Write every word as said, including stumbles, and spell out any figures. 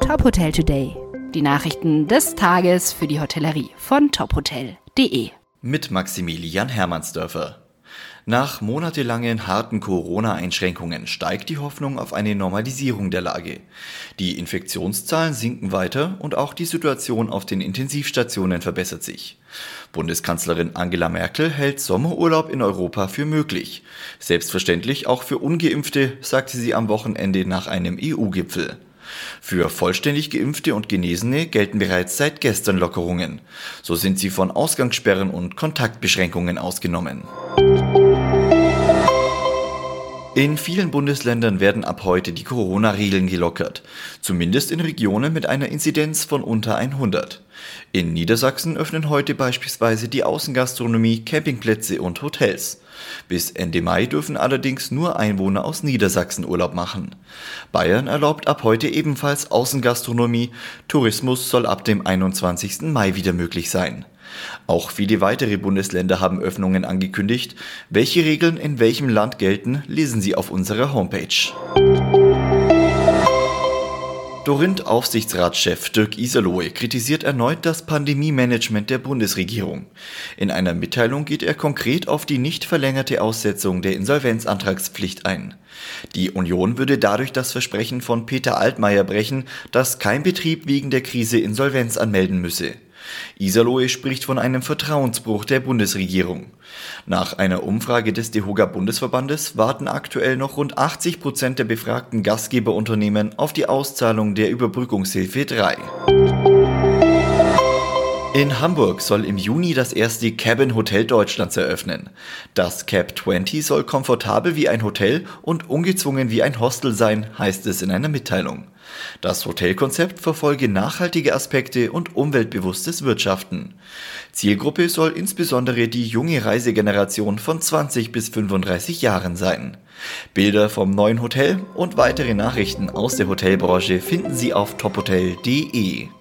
Top Hotel Today. Die Nachrichten des Tages für die Hotellerie von top hotel punkt de. Mit Maximilian Hermannsdörfer. Nach monatelangen harten Corona-Einschränkungen steigt die Hoffnung auf eine Normalisierung der Lage. Die Infektionszahlen sinken weiter und auch die Situation auf den Intensivstationen verbessert sich. Bundeskanzlerin Angela Merkel hält Sommerurlaub in Europa für möglich. Selbstverständlich auch für Ungeimpfte, sagte sie am Wochenende nach einem E U-Gipfel. Für vollständig Geimpfte und Genesene gelten bereits seit gestern Lockerungen. So sind sie von Ausgangssperren und Kontaktbeschränkungen ausgenommen. In vielen Bundesländern werden ab heute die Corona-Regeln gelockert, zumindest in Regionen mit einer Inzidenz von unter hundert. In Niedersachsen öffnen heute beispielsweise die Außengastronomie, Campingplätze und Hotels. Bis Ende Mai dürfen allerdings nur Einwohner aus Niedersachsen Urlaub machen. Bayern erlaubt ab heute ebenfalls Außengastronomie, Tourismus soll ab dem einundzwanzigsten Mai wieder möglich sein. Auch viele weitere Bundesländer haben Öffnungen angekündigt. Welche Regeln in welchem Land gelten, lesen Sie auf unserer Homepage. Dorint-Aufsichtsratschef Dirk Iserloh kritisiert erneut das Pandemie-Management der Bundesregierung. In einer Mitteilung geht er konkret auf die nicht verlängerte Aussetzung der Insolvenzantragspflicht ein. Die Union würde dadurch das Versprechen von Peter Altmaier brechen, dass kein Betrieb wegen der Krise Insolvenz anmelden müsse. Iserloh spricht von einem Vertrauensbruch der Bundesregierung. Nach einer Umfrage des DEHOGA-Bundesverbandes warten aktuell noch rund achtzig Prozent der befragten Gastgeberunternehmen auf die Auszahlung der Überbrückungshilfe drei. In Hamburg soll im Juni das erste Cabin Hotel Deutschlands eröffnen. Das Cap zwanzig soll komfortabel wie ein Hotel und ungezwungen wie ein Hostel sein, heißt es in einer Mitteilung. Das Hotelkonzept verfolge nachhaltige Aspekte und umweltbewusstes Wirtschaften. Zielgruppe soll insbesondere die junge Reisegeneration von zwanzig bis fünfunddreißig Jahren sein. Bilder vom neuen Hotel und weitere Nachrichten aus der Hotelbranche finden Sie auf top hotel punkt de.